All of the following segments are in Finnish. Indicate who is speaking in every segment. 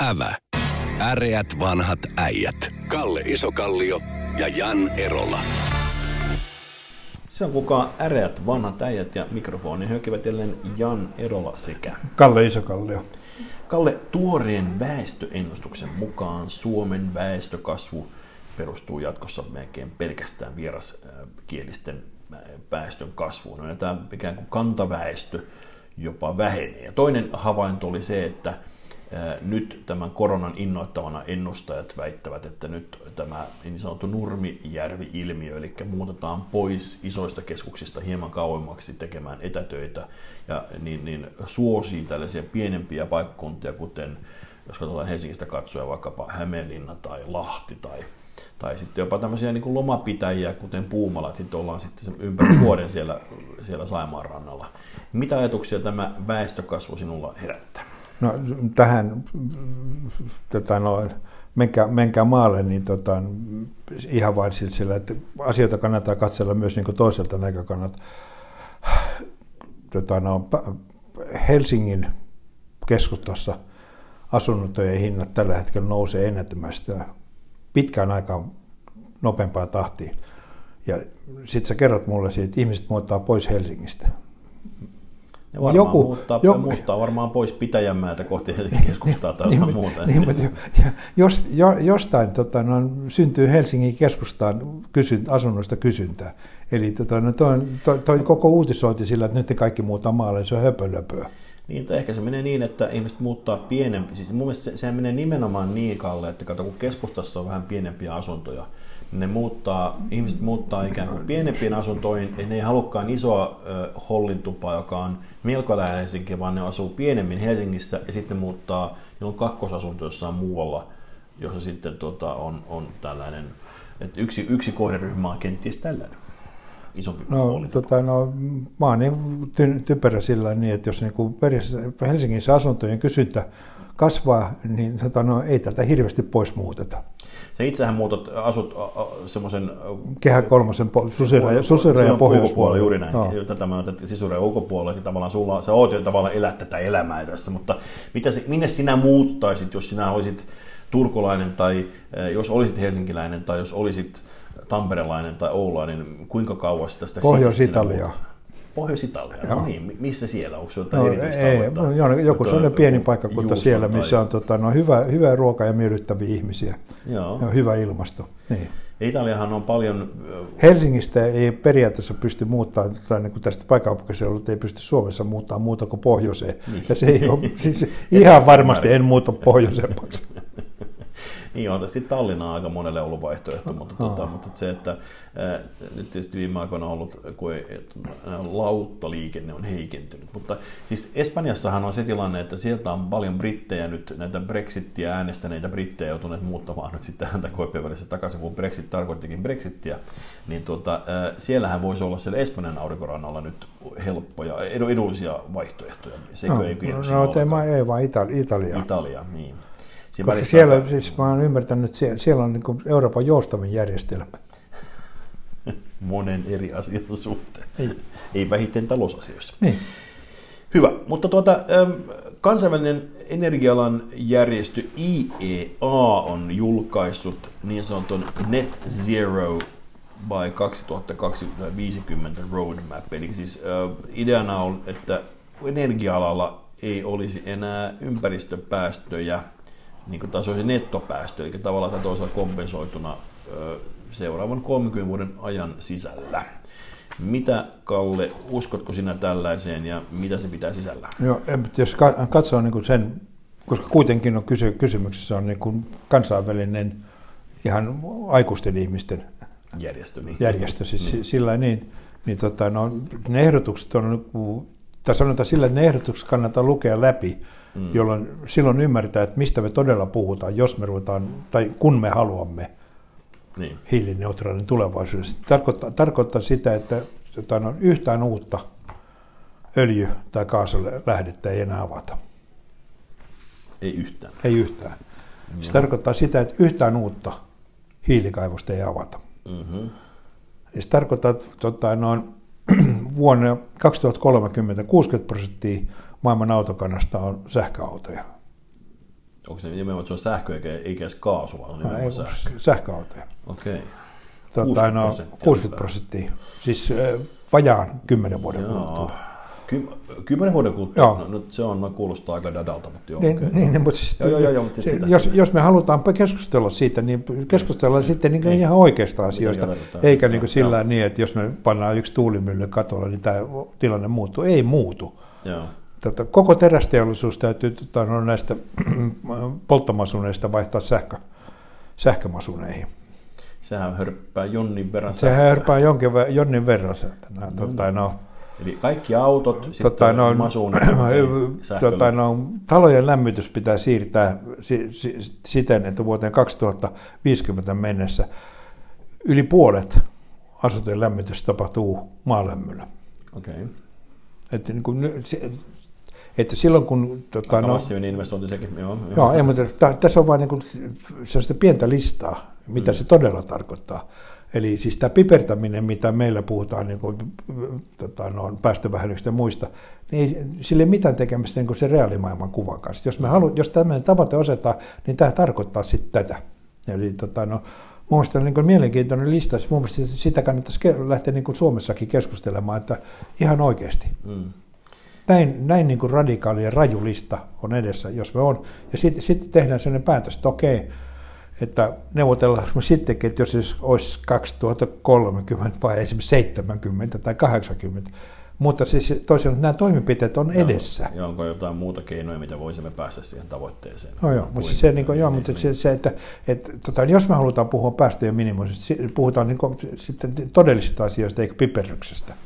Speaker 1: Ävä. Äreät vanhat äijät. Kalle Isokallio ja Jan Erola.
Speaker 2: Se on kukaan äreät vanhat äijät ja mikrofoni hökivät jälleen Jan Erola sekä
Speaker 3: Kalle Isokallio.
Speaker 2: Kalle, tuoreen väestöennustuksen mukaan Suomen väestökasvu perustuu jatkossa melkein pelkästään vieraskielisten väestön kasvuun. Ja tämä ikään kuin kantaväestö jopa vähenee. Ja toinen havainto oli se, että nyt tämän koronan innoittavana ennustajat väittävät, että nyt tämä niin sanottu Nurmijärvi-ilmiö, eli muutetaan pois isoista keskuksista hieman kauemmaksi tekemään etätöitä, ja niin suosii tällaisia pienempiä paikkakuntia, kuten jos katsotaan Helsingistä katsoja vaikkapa Hämeenlinna tai Lahti tai sitten jopa tämmöisiä niin kuin lomapitäjiä, kuten Puumala, että sitten ollaan sitten ympäri vuoden siellä Saimaan rannalla. Mitä ajatuksia tämä väestökasvu sinulla herättää?
Speaker 3: No tähän, menkää maalle, niin ihan vain sillä, että asioita kannattaa katsella myös niin kuin toiselta näkökannalta. Helsingin keskustassa asuntojen hinnat tällä hetkellä nousee ennättömästi pitkään aikaan nopeampaan tahtiin. Ja sitten sä kerrot mulle siitä, että ihmiset muuttaa pois Helsingistä.
Speaker 2: Ne muuttaa varmaan pois Pitäjänmäeltä kohti Helsingin keskustaa tai jotain muuta.
Speaker 3: Jostain syntyy Helsingin keskustaan asunnoista kysyntää. Eli toi koko uutisointi sillä, että nyt ne kaikki muuttaa maalle, se on höpölöpöä.
Speaker 2: Niin, ehkä se menee niin, että ihmiset muuttaa pienempi. Siis mun mielestä sehän menee nimenomaan niin, Kalle, että kato, kun keskustassa on vähän pienempiä asuntoja, ihmiset muuttaa ikään kuin pienempiin asuntoihin, ja ne ei halukkaan isoa hollintupaa, joka on melko lähellä Helsinkiä, vaan ne asuu pienemmin Helsingissä ja sitten muuttaa, niillä on kakkosasunto jossain muualla, jossa sitten on tällainen, että yksi kohderyhmä on kenties tällainen. Isompi
Speaker 3: mä oon niin typerä sillä niin, että jos niin Helsingissä asuntojen kysyntä kasvaa, niin ei tätä hirveästi pois muuteta.
Speaker 2: Sä itsehän asut semmoisen
Speaker 3: Kehä kolmosen susirajan pohjoispuolella.
Speaker 2: Juuri näin. No. Tätä mä otan sisurajan ulkopuolella. Tavallaan sä oot jo tavallaan elää tätä elämää tässä, mutta minne sinä muuttaisit, jos sinä olisit turkulainen tai jos olisit helsinkiläinen tai jos olisit tamperelainen tai oulainen, kuinka kauas tästä?
Speaker 3: Pohjois-Italia.
Speaker 2: Pohjois-Italia, no niin, missä siellä? Onko se jotain erityistä aluetta?
Speaker 3: Joku sellainen pieni paikkakunta siellä, missä on hyvä ruoka ja miellyttäviä ihmisiä. Joo. Ja hyvä ilmasto. Niin.
Speaker 2: Italiahan on paljon...
Speaker 3: Helsingistä ei periaatteessa pysty muuttamaan, tai niin kuin tästä pääkaupunkiseudulta ei pysty Suomessa muuttamaan muuta kuin pohjoiseen. Niin. Ja se ei ole, siis ihan varmasti en muuta pohjoisemmaksi.
Speaker 2: Niin on tietysti Tallinna aika monelle ollut vaihtoehto, mutta se, että nyt tietysti viime aikoina on ollut, kun lauttaliikenne on heikentynyt. Mutta siis Espanjassahan on se tilanne, että sieltä on paljon brittejä nyt, näitä Brexittiä äänestäneitä brittejä joutuneet muuttamaan nyt sitten häntä koipien välissä takaisin, kun Brexit tarkoittikin Brexittiä, niin siellähän voisi olla siellä Espanjan aurinkorannalla nyt helppoja, edullisia vaihtoehtoja. Sekö ei
Speaker 3: ei vaan Italia.
Speaker 2: Italia, niin.
Speaker 3: Koska siellä, siis mä oon ymmärtänyt, että siellä on niin kuin Euroopan joustavin järjestelmä.
Speaker 2: Monen eri asian suhteen. Ei vähiten talousasioissa.
Speaker 3: Niin.
Speaker 2: Hyvä, mutta kansainvälinen energialan järjestö IEA on julkaissut niin sanotun Net Zero by 2050 Roadmap. Eli siis ideana on, että energia-alalla ei olisi enää ympäristöpäästöjä, niin kuin taas olisi nettopäästö, eli tavallaan tai toisaalta kompensoituna seuraavan 30 vuoden ajan sisällä. Mitä, Kalle, uskotko sinä tällaiseen ja mitä se pitää sisällä?
Speaker 3: Joo, jos katsoo niin kuin sen, koska kuitenkin on kysymyksessä on niin kuin kansainvälinen ihan aikuisten ihmisten järjestö siis sillä niin ne ehdotukset on, tai sanotaan sillä, että ne ehdotukset kannattaa lukea läpi, jolloin silloin ymmärtää, että mistä me todella puhutaan, jos me ruvetaan, tai kun me haluamme hiilineutraalin tulevaisuudessa. Tarkoittaa sitä, että yhtään uutta öljy- tai kaasulähdettä ei enää avata.
Speaker 2: Ei yhtään.
Speaker 3: Ei yhtään. Se tarkoittaa sitä, että yhtään uutta hiilikaivosta ei avata. Mm-hmm. Se tarkoittaa, että vuonna 2030 60% maailman autokannasta on sähköautoja.
Speaker 2: Onko se nimenomaan, että se on sähkö eikä edes kaasu, vaan nimenomaan sähkö?
Speaker 3: Sähköautoja.
Speaker 2: Okei.
Speaker 3: 60%. Siis vajaan 10 vuoden kuluttua.
Speaker 2: 10 vuoden kuluttua? No, se kuulostaa aika dadalta, mutta joo.
Speaker 3: Jos me halutaan keskustella siitä, niin keskustellaan sitten niin ihan oikeista asioista, eikä niin sillä niin, että jos me pannaan yksi tuulimylly katolla, niin tämä tilanne muuttuu. Ei muutu.
Speaker 2: Joo.
Speaker 3: Koko terästeollisuus täytyy näistä polttomasuneista vaihtaa sähkömasuneihin.
Speaker 2: Sehän hörppää jonnin verran.
Speaker 3: Sehän hörppää jonnin verran.
Speaker 2: Eli kaikki autot, sitten masunit,
Speaker 3: talojen lämmitys pitää siirtää siten, että vuoteen 2050 mennessä yli puolet asuntojen lämmitys tapahtuu maalämmöllä.
Speaker 2: Okei.
Speaker 3: Että silloin kun...
Speaker 2: massiivinen investointi sekin.
Speaker 3: Joo, ei, mutta tässä on vain niin sellaista pientä listaa, mitä se todella tarkoittaa. Eli siis tämä pipertäminen, mitä meillä puhutaan niin kuin, päästövähennyksistä ja muista, niin ei sille ei mitään tekemistä niin kuin se reaalimaailman kuvan kanssa. Jos tämmöinen tavoite osetaan, niin tämä tarkoittaa sitten tätä. Eli mun mielestä on niin mielenkiintoinen lista. Mun mielestä sitä kannattaisi lähteä niin kuin Suomessakin keskustelemaan, että ihan oikeasti. Näin niin kuin radikaali ja raju lista on edessä, jos me on. Ja sitten tehdään sellainen päätös, että okei, että neuvotellaan sittenkin, että jos olisi 2030 vai esimerkiksi 70 tai 80. Mutta siis toisaalta nämä toimenpiteet on edessä.
Speaker 2: Ja onko jotain muuta keinoja, mitä voisimme päästä siihen tavoitteeseen?
Speaker 3: Mutta jos me halutaan puhua päästöjen minimoimisesta, puhutaan niin sitten todellisista asioista eikä piperryksestä.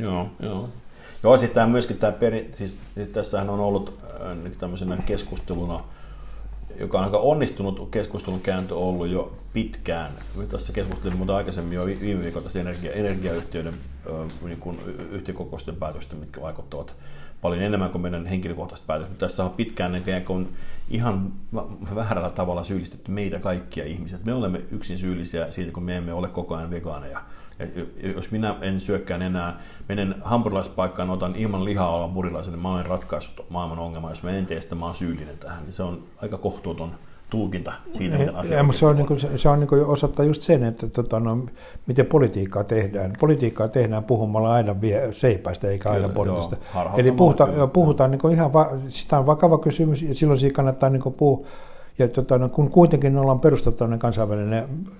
Speaker 2: Joo, siis tämä myöskin siis tässähän on ollut tämmöisenä keskusteluna, joka on aika onnistunut keskustelun kääntö ollut jo pitkään. Me tässä keskustelin mutta aikaisemmin jo viime viikolla tässä energiayhtiöiden niin yhtiökokousten päätöstä, mitkä vaikuttavat paljon enemmän kuin meidän henkilökohtaiset päätökset. Tässä on pitkään ihan väärällä tavalla syyllistetty meitä kaikkia ihmisiä. Me olemme yksin syyllisiä siitä, kun me emme ole koko ajan vegaaneja. Ja jos minä en syökkään enää, menen hampurilaispaikkaan, otan ilman lihaa olevan purilaisen, niin mä olen ratkaissut maailman ongelmaa. Jos mä en tee sitä, mä oon syyllinen tähän. Niin se on aika kohtuuton tulkinta siitä, miten asia on.
Speaker 3: Se on osoittaa just sen, että miten politiikkaa tehdään. Politiikkaa tehdään puhumalla aina seipäistä eikä aina portista. Eli puhutaan niin ihan, sitä on vakava kysymys ja silloin siinä kannattaa niin puhua. Ja kun kuitenkin ollaan perustettu kansainvälinen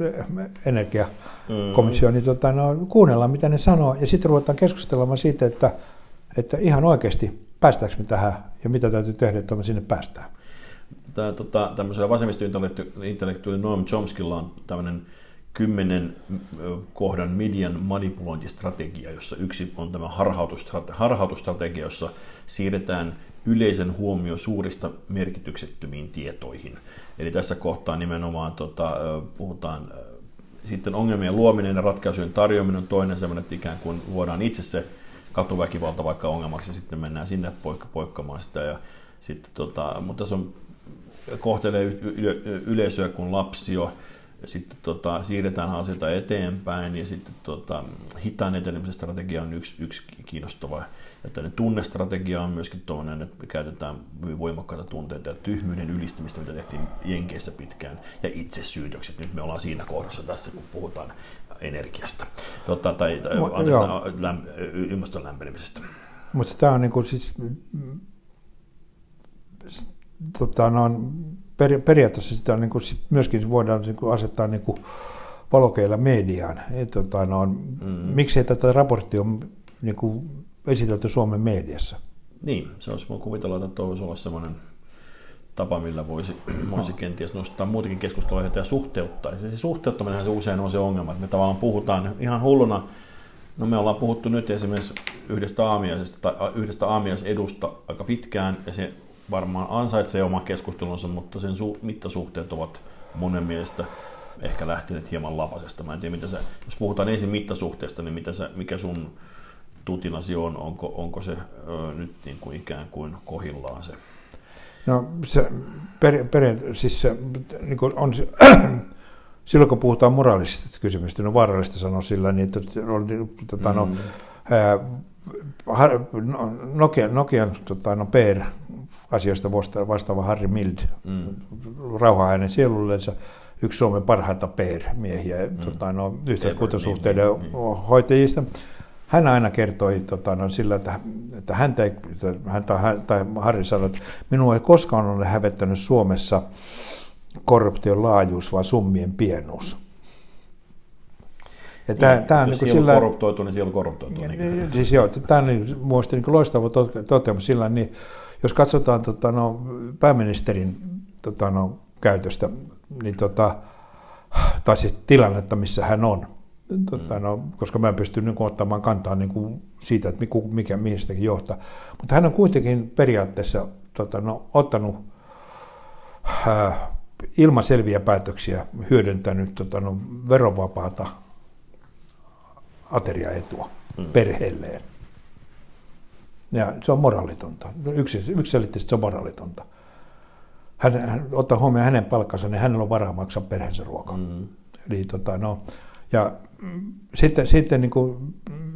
Speaker 3: energiakomissio, niin kuunnellaan, mitä ne sanoo, ja sitten ruvetaan keskustelemaan siitä, että ihan oikeasti päästäänkö me tähän, ja mitä täytyy tehdä, että me sinne päästään.
Speaker 2: Tämmöisellä vasemmistointellektuaalilla Noam Chomskylla on tämmöinen 10 kohdan median manipulointistrategia, jossa yksi on tämä harhautusstrategia, jossa siirretään yleisen huomio suurista merkityksettömiin tietoihin. Eli tässä kohtaa nimenomaan puhutaan sitten ongelmien luominen ja ratkaisujen tarjoaminen on toinen sellainen, että ikään kuin luodaan itse se katuväkivalta vaikka ongelmaksi ja sitten mennään sinne poikkamaan sitä. Ja sitten, mutta se on, kohtelee yleisöä kuin lapsio. Sitten siirretään asioita eteenpäin ja sitten hitaan etenemisen strategia on yksi kiinnostava. Ja tämmöinen tunnestrategia on myöskin toinen, että käytetään hyvin voimakkaita tunteita ja tyhmyyden ylistämistä, mitä tehtiin Jenkeissä pitkään, ja itsesyytökset. Nyt me ollaan siinä kohdassa tässä, kun puhutaan energiasta tai ilmaston lämpenemisestä.
Speaker 3: Mutta tämä on niin kuin siis periaatteessa sitä on niin kuin myöskin voidaan niin kuin asettaa niin kuin valokeilla mediaan. Miksei tätä raporttia on niin kuin esitelty Suomen mediassa?
Speaker 2: Niin, se olisi minun kuvitella, että voisi olla sellainen tapa, millä voisi kenties nostaa muutakin keskustelua ja suhteuttaa. Ja se suhteuttaminen se usein on se ongelma, että me tavallaan puhutaan ihan hulluna. No me ollaan puhuttu nyt esimerkiksi yhdestä aamiaisedusta aika pitkään, ja se varmaan ansaitsee oman keskustelunsa, mutta sen mittasuhteet ovat monen mielestä ehkä lähteneet hieman lapasesta. Mä en tiedä, jos puhutaan ensin mittasuhteesta, niin mikä sun tutinasi on, onko se nyt niin kuin ikään kuin kohillaan se?
Speaker 3: No se siis se, niin kuin on silloin kun puhutaan moraalisista kysymyksistä, on vaarallista sanoa sillä niin, että Nokian PR asioista vastaava Harry Mild, rauha hänen sielullensa, yksi Suomen parhaita PR-miehiä, yhteiskuntasuhteiden hoitajista. Hän aina kertoi sillä, että Harry sanoi, että minua ei koskaan ole hävettänyt Suomessa korruption laajuus, vaan summien pienuus.
Speaker 2: Tämä on niin sillä korruptoitu, niin siellä korruptoitu.
Speaker 3: Siis joo, tämä on mielestäni niin loistava toteamus sillä, niin jos katsotaan pääministerin käytöstä, niin tai siis tilannetta, missä hän on, koska mä en pysty niin ottamaan kantaa niin siitä, että mihin sitäkin johtaa. Mutta hän on kuitenkin periaatteessa ottanut ilman selviä päätöksiä hyödyntänyt verovapaata ateriaetua perheelleen. Ja se on moraalitonta. Yksiselitteisesti se on moraalitonta. Hän ottaa huomioon hänen palkkansa, niin hänellä on varaa maksaa perheensä ruokaa. Eli, ja sitten niin kuin,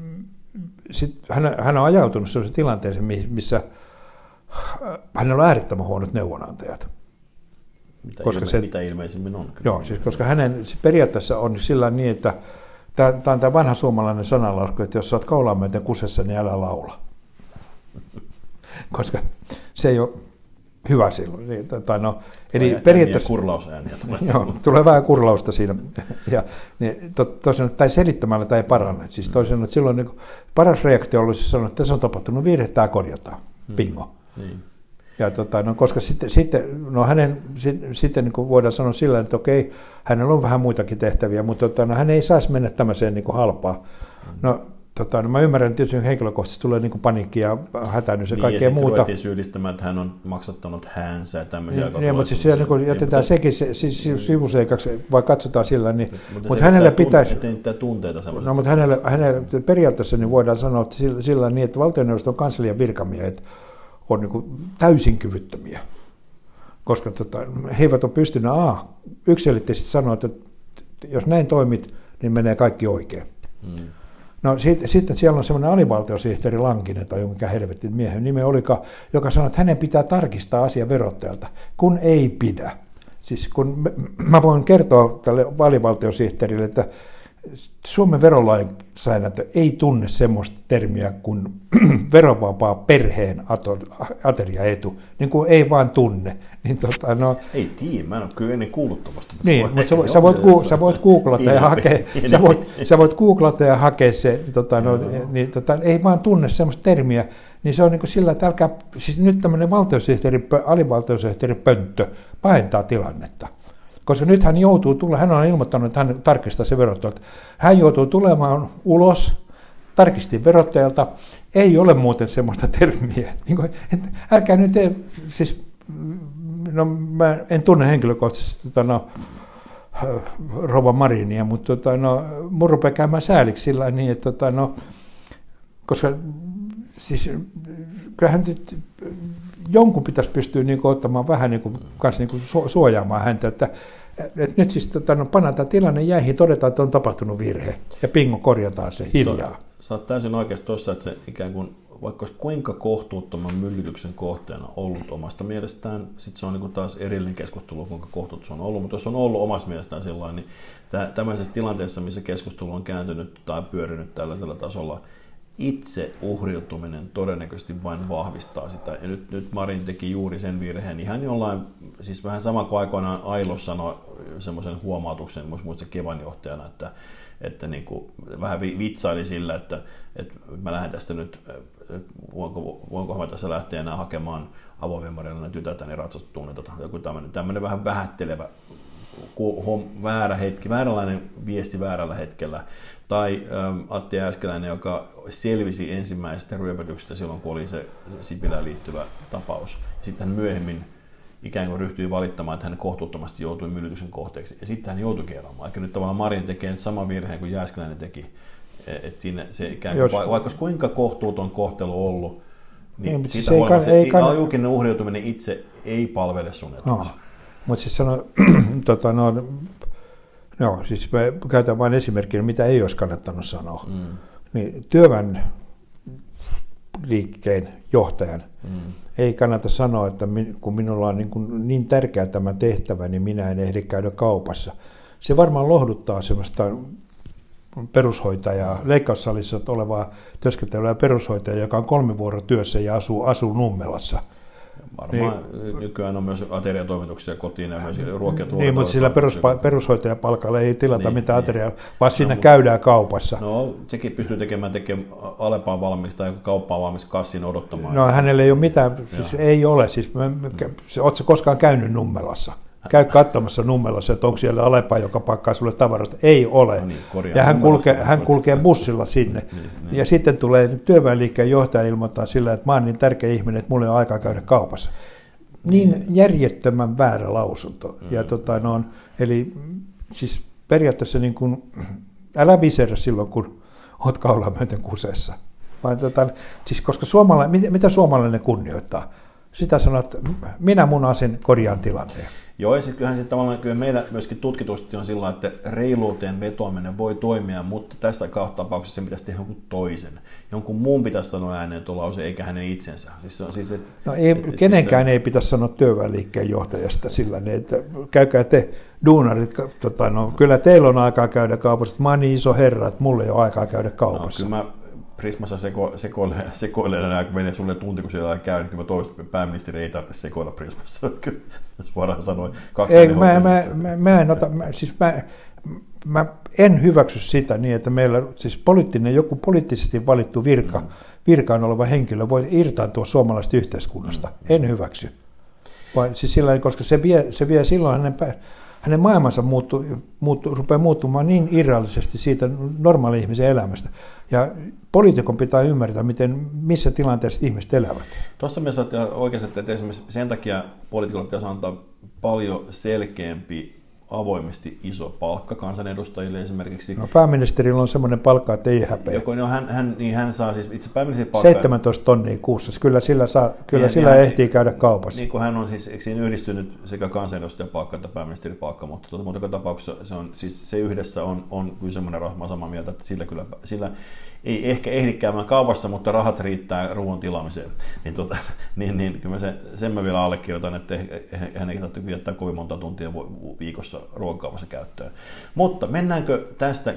Speaker 3: hän on ajautunut sellaiseen tilanteeseen, missä hänellä on äärettömän huonot neuvonantajat.
Speaker 2: Mitä ilmeisimmin on.
Speaker 3: Joo, siis koska hänen periaatteessa on sillä niin, että tämä on tämä vanha suomalainen sananlasku, että jos sä oot kaulaan myöten kusessa, niin älä laula. Koska se ei ole hyvä silloin. Eli periaatteessa
Speaker 2: kurlausääniä
Speaker 3: tulee vähän kurlausta siinä. Ja niin, toisin tai selittämällä tämä ei paranna. Siis toisin että silloin niin paras reaktio olisi sanoa, että tässä on tapahtunut virhe, tämä korjataan. Bingo. Niin. Ja koska sitten niin kuin voidaan sanoa sillä, että okei, hänellä on vähän muitakin tehtäviä, mutta hän ei saisi mennä tämmöiseen niin kuin halpaan. No mä ymmärrän, että tietysti henkilökohtaisesti tulee niin kuin paniikki ja hätäännys ja kaikkea muuta. Ja
Speaker 2: sitten syyllistämään, että hän on maksattanut häänsä ja tämmöisiä.
Speaker 3: Niin, mutta siis siellä niin jätetään sekin sivuseikaksi, vai katsotaan sillä. Niin, mutta hänelle pitäisi...
Speaker 2: tunteita semmoiset.
Speaker 3: No, mutta hänelle periaatteessa niin voidaan sanoa että sillä niin, että valtioneuvoston kanslian virkamiehet on niin kuin täysin kyvyttömiä. Koska he eivät ole pystyneet yksiselitteisesti sanoa, että jos näin toimit, niin menee kaikki oikein. No sitten siellä on semmoinen alivaltiosihteeri Lankinen, tai jonka helvetin miehen nimi olikaan, joka sanoi, että hänen pitää tarkistaa asia verottajalta, kun ei pidä. Siis kun mä voin kertoa tälle alivaltiosihteerille, että Suomen verolainsäädäntö ei tunne semmoista termiä kuin verovapaa perheen ateriaetu, niin kuin ei vaan tunne. Niin,
Speaker 2: ei tiedä, mä en ole kyllä ennen kuullut tuosta.
Speaker 3: Niin, mutta sä voit googlata ja hakea se, ei vaan tunne semmoista termiä, niin se on niin kuin sillä, että älkää, siis nyt tämmöinen alivaltiosihteeri pönttö pahentaa tilannetta. Koska nyt hän on ilmoittanut, että hän tarkistaa se verottajalta. Hän joutuu tulemaan ulos, tarkistin verottajalta, ei ole muuten semmoista termiä. Älkää nyt, siis, mä en tunne henkilökohtaisesti rouva Marinia, mutta mun rupeaa käymään sääliksi sillä niin, että koska siis kyllähän jonkun pitäisi pystyä niin kuin ottamaan vähän niin kuin suojaamaan häntä, että nyt siis pannaan tämä tilanne jäihin, todetaan, että on tapahtunut virhe ja bingo, korjataan se hiljaa.
Speaker 2: Sä oot täysin oikeasti tuossa, että se ikään kuin, vaikka olisi kuinka kohtuuttoman myllytyksen kohteena ollut omasta mielestään, sitten se on niin kuin taas erillinen keskustelu, kuinka kohtuut se on ollut, mutta jos on ollut omasta mielestään sellainen, niin tämmöisessä tilanteessa, missä keskustelu on kääntynyt tai pyörinyt tällaisella tasolla, itse uhriutuminen todennäköisesti vain vahvistaa sitä. Ja nyt Marin teki juuri sen virheen. Ihan jollain, siis vähän sama kuin aikoinaan Ailo sanoi semmoisen huomautuksen muista Kevan johtajana, että niin kuin vähän vitsaili sillä, että mä lähden tästä nyt, voinko mä tässä lähteä enää hakemaan avoviemarilla ne tytötäni ratsastustunnilta. Joku tämmöinen vähän vähättelevä väärä hetki, vääränlainen viesti väärällä hetkellä. Tai Atti Jääskeläinen, joka selvisi ensimmäisestä ryöpytyksestä silloin, kun oli se Sipilään liittyvä tapaus. Sitten hän myöhemmin ikään kuin ryhtyi valittamaan, että hän kohtuuttomasti joutui myllytyksen kohteeksi. Ja sitten hän joutui keraamaan. Eikä nyt tavallaan Marin tekee nyt saman virheen kuin Jääskeläinen teki. Että siinä se ikään kuin, vaikka olisi kuinka kohtuuton kohtelu ollut, niin siitä huolimatta julkinen uhriutuminen itse ei palvele sun etuasi.
Speaker 3: Mutta siis siis mä käytän vain esimerkkinä, mitä ei olisi kannattanut sanoa. Niin työväen liikkeen johtajan. Ei kannata sanoa, että kun minulla on niin tärkeä tämä tehtävä, niin minä en ehdi käydä kaupassa. Se varmaan lohduttaa sellaista perushoitajaa, leikkaussalissa olevaa työskentelevää perushoitajaa, joka on 3 vuorotyössä ja asuu Nummelassa.
Speaker 2: Varmaan nykyään on myös ateriatoimituksia kotiin ja myös ruokia.
Speaker 3: Niin, mutta sillä perushoitajapalkalla ei tilata mitään ateriaa, vaan siinä käydään kaupassa.
Speaker 2: No, sekin pystyy tekemään Alepaan valmis tai kauppaan valmis kassin odottamaan.
Speaker 3: No, hänellä ei ole mitään, siis ei ole. Siis, ootko koskaan käynyt Nummelassa? Käy katsomassa Nummelassa, että onko siellä Alepa, joka pakkaa sulle tavaroita. Ei ole. No niin, ja hän kulkee bussilla sinne. Niin. Ja sitten tulee työväenliikkeen johtaja ilmoittaa sillä, että mä oon niin tärkeä ihminen, että mulla ei ole aikaa käydä kaupassa. Niin järjettömän väärä lausunto. Ja eli siis periaatteessa niin kuin, älä viserä silloin, kun oot kaulaa myöten kuseessa. Siis koska mitä suomalainen kunnioittaa? Sitä sanoo, että minä mun asen korjaan tilanteen.
Speaker 2: Joo, ja kyllähän se tavallaan kyllä meillä myöskin tutkitusti on sillä, että reiluuteen vetoaminen voi toimia, mutta tässä tapauksessa se pitäisi tehdä jonkun toisen. Jonkun muun pitäisi sanoa ääneen tuo lause, eikä hänen itsensä.
Speaker 3: Kenenkään ei pitäisi sanoa työväenliikkeen johtajasta sillä, että käykää te duunarit, kyllä teillä on aikaa käydä kaupassa. Mä oon niin iso herra, että mulla ei ole aikaa käydä kaupassa.
Speaker 2: No, kyllä mä Prismassa sekoilen enää, kun menee sulle tunti, kun siellä käy, niin kyllä mä toivon, että pääministeri ei tarvitse sekoilla Prismassa, suoraan sanoin.
Speaker 3: Mä en hyväksy sitä niin, että meillä siis joku poliittisesti valittu virkaan oleva henkilö voi irtaantua suomalaisesta yhteiskunnasta. En hyväksy. Siis koska se vie silloin hänen maailmansa rupeaa muuttumaan niin irrallisesti siitä normaali-ihmisen elämästä. Ja poliitikon pitää ymmärtää, missä tilanteessa ihmiset elävät.
Speaker 2: Tuossa mielessä oikeasti, että esimerkiksi sen takia poliitikolle pitäisi antaa paljon selkeämpi, avoimesti iso palkka kansanedustajille esimerkiksi.
Speaker 3: No pääministerillä on semmoinen palkka, että ei häpeä.
Speaker 2: Hän saa siis itse pääministerin palkkaa.
Speaker 3: 17 tonnia kuussa. Kyllä sillä ehtii käydä kaupassa.
Speaker 2: Niin kuin hän on siis siinä yhdistynyt sekä kansanedustajan palkka että pääministerin palkka, mutta joka tapauksessa se yhdessä on kyllä semmoinen rahma samaa mieltä, että sillä ei ehkä ehdi käymään kaupassa, mutta rahat riittää ruoan tilaamiseen. Niin kyllä sen mä vielä allekirjoitan, että hän ei tarvitse viettää kovin monta tuntia viikossa ruokakaupassa käyttöön. Mutta mennäänkö tästä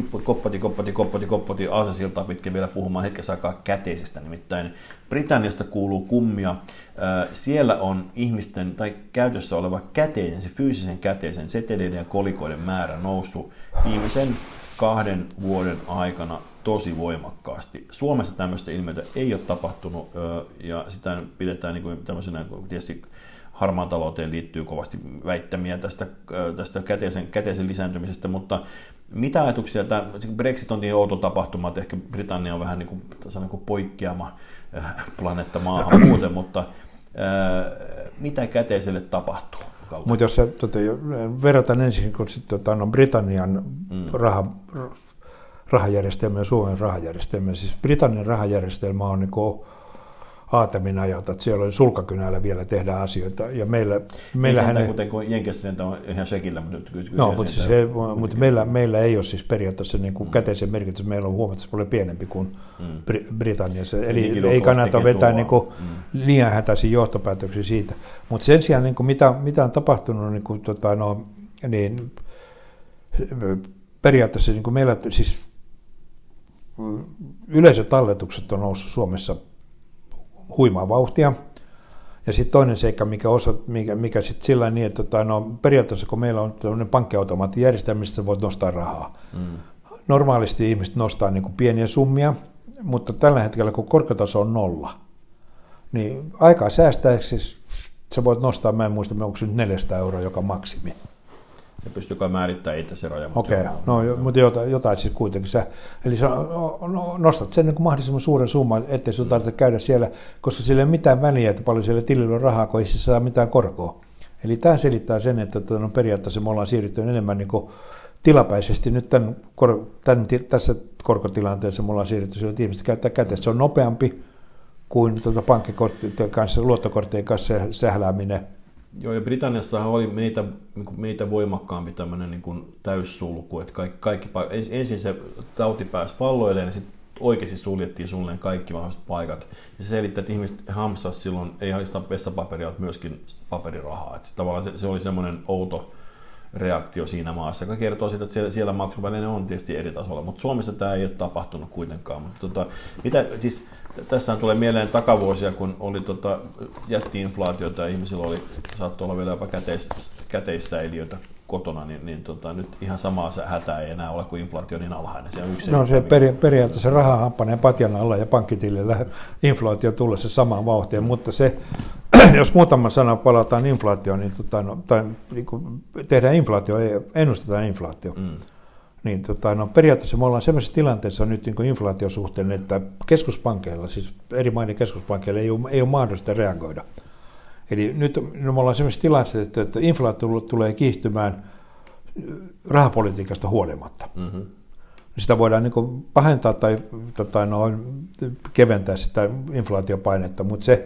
Speaker 2: koppati aasinsiltaa pitkin vielä puhumaan hetkessä aikaa käteisestä, nimittäin Britanniasta kuuluu kummia. Siellä on ihmisten tai käytössä oleva käteisen, se fyysisen käteisen seteleiden ja kolikoiden määrä noussut viimeisen 2 vuoden aikana tosi voimakkaasti. Suomessa tämmöistä ilmiötä ei ole tapahtunut ja sitä pidetään niin kuin tämmöisenä, tietysti harmaan talouteen liittyy kovasti väittämiä tästä käteisen lisääntymisestä, mutta mitä ajatuksia, Brexit on niin outo tapahtuma, että ehkä Britannia on vähän niin kuin poikkeama planeetta maahan muuten, mutta mitä käteiselle tapahtuu?
Speaker 3: Mutta jos verrataan ensin, kun Britannian rahajärjestelmä ja Suomen rahajärjestelmä, siis Britannian rahajärjestelmä on niin kuin Aatemin ajalta, että siellä sulkakynällä vielä tehdään asioita. Ja meillähän
Speaker 2: kuten kuin Jenkessä on ihan shekillä,
Speaker 3: mutta meillä ei ole siis periaatteessa niin kuin käteisen merkitys, meillä on huomattavasti paljon pienempi kuin Britanniassa. Eli ei kannata vetää niin kuin liian hätäisiä johtopäätöksiä siitä. Mutta sen sijaan, niin kuin mitä on tapahtunut, niin periaatteessa niin kuin meillä siis yleisötalletukset on noussut Suomessa huimaa vauhtia. Ja sitten toinen seikka, mikä sitten sillä niin, että periaatteessa kun meillä on tämmöinen pankkiautomaattijärjestelmä, mistä voit nostaa rahaa. Normaalisti ihmiset nostaa niin kuin pieniä summia, mutta tällä hetkellä kun korkotaso on 0, niin aikaa säästääksi sä voit nostaa, mä en muista, onko se nyt 400 € joka maksimi.
Speaker 2: Se pystyy kai määrittämään itse se raja.
Speaker 3: Okei, mutta jotain siis kuitenkin. Eli sä nostat sen niin kuin mahdollisimman suuren summan, ettei sun tarvitse käydä siellä, koska sillä ei ole mitään väliä, että paljon siellä tilillä on rahaa, kun ei se saa mitään korkoa. Eli tämä selittää sen, että periaatteessa me ollaan siirrytty enemmän niin kuin tilapäisesti. Nyt tässä korkotilanteessa me ollaan siirrytty sillä, että ihmiset käyttää käteistä. Se on nopeampi kuin pankkikorttien kanssa, luottokorttien kanssa sählääminen.
Speaker 2: Joo, ja Britanniassahan oli meitä voimakkaampi tämmöinen niin kuin täyssulku, että kaikki ensin se tauti pääsi valloilleen, ja sitten oikeasti suljettiin suunnilleen kaikki mahdolliset paikat. Ja se selittää, että ihmiset hamsas silloin, ei ainoastaan vessapaperia, mutta myöskin paperirahaa. Että tavallaan se oli semmoinen outo reaktio siinä maassa, joka kertoo siitä, että siellä maksuväline on tietysti eri tasolla, mutta Suomessa tämä ei ole tapahtunut kuitenkaan. Mutta siis tässä tulee mieleen takavuosia, kun oli jätti-inflaatiota ja ihmisillä saattoi olla vielä jopa käteissäiliöitä kotona, niin nyt ihan samaa hätää ei enää ole, kun inflaatio niin alhainen. Se on yksi
Speaker 3: periaatteessa raha hampanee patjan alla ja pankkitilillä inflaatio tulee se samaan vauhtiin, mutta se, jos muutaman sanan palataan inflaatioon, niin, tehdään inflaatio, ennustetaan inflaatio. Niin, periaatteessa me ollaan sellaisessa tilanteessa nyt niin inflaatiosuhteen, että keskuspankeilla, siis eri maiden keskuspankeilla ei ole mahdollista reagoida. Eli nyt me ollaan sellaisessa tilanteessa, että inflaatio tulee kiihtymään rahapolitiikasta huolimatta. Mm-hmm. Sitä voidaan niin pahentaa tai keventää sitä inflaatiopainetta, mutta se,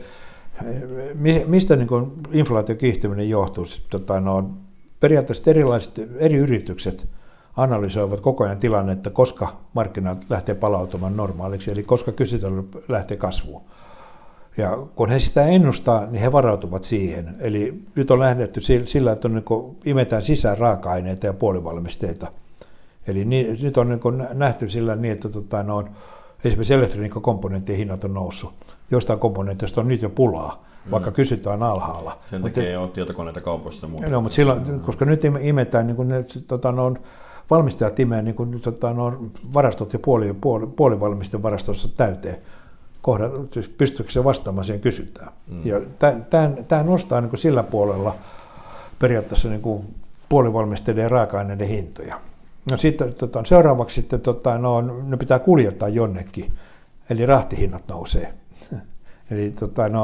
Speaker 3: mistä niin inflaation kiihtyminen johtuu, periaatteessa eri yritykset analysoivat koko ajan tilannetta, koska markkinat lähtee palautumaan normaaliksi, eli koska kysyntä lähtee kasvuun. Ja kun he sitä ennustaa, niin he varautuvat siihen. Eli nyt on lähdetty sillä, että imetään sisään raaka-aineita ja puolivalmisteita. Eli nyt on nähty sillä niin, että esimerkiksi elektroniikkakomponenttien hinnat on noussut. Jostain komponentista on nyt jo pulaa, vaikka kysyntä on alhaalla.
Speaker 2: Sen takia ei ole tietokoneita kaupoista muuta.
Speaker 3: No, mutta silloin, koska nyt imetään, niin valmistajat imee niin varastot ja puolivalmistevarastossa täyteen. Siis pystyykö se vastaamaan siihen kysyntään. Ja tämä nostaa niin sillä puolella periaatteessa niin puolivalmisteiden ja raaka-aineiden hintoja. No sitten seuraavaksi sitten, ne pitää kuljettaa jonnekin, eli rahtihinnat nousee. Eli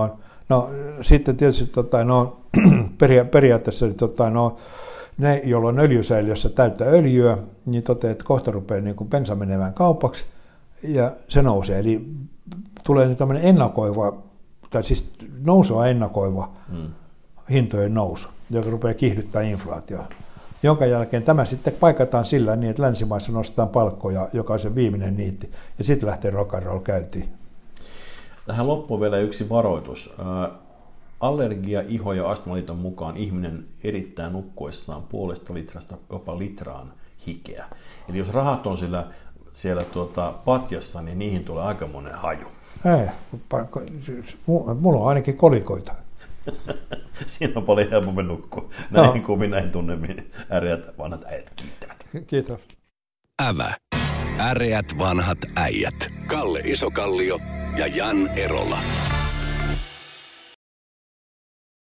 Speaker 3: sitten tietysti periaatteessa ne, joilla on öljysäiliössä täyttä öljyä, niin toteaa, että kohta rupeaa niin kuin bensa menemään kaupaksi ja se nousee. Eli tulee tämmöinen ennakoiva, tai siis nousua ennakoiva hintojen nousu, joka rupeaa kiihdyttämään inflaatioon. Jonka jälkeen tämä sitten paikataan sillä niin, että länsimaissa nostetaan palkkoja, joka on se viimeinen niitti, ja sitten lähtee rock and roll käyntiin.
Speaker 2: Tähän loppuun vielä yksi varoitus. Allergia, iho ja astmaliiton mukaan ihminen erittää nukkuessaan 0,5 litrasta jopa litraan hikeä. Eli jos rahat on siellä patjassa, niin niihin tulee aikamoinen haju.
Speaker 3: Ei, mulla on ainakin kolikoita.
Speaker 2: Siinä on paljon helpompi nukkua. Näin kuin näin tunnemiin äreät vanhat äijät kiittävät.
Speaker 3: Kiitos.
Speaker 1: Ävä. Äreät vanhat äijät. Kalle Isokallio ja Jan Erola.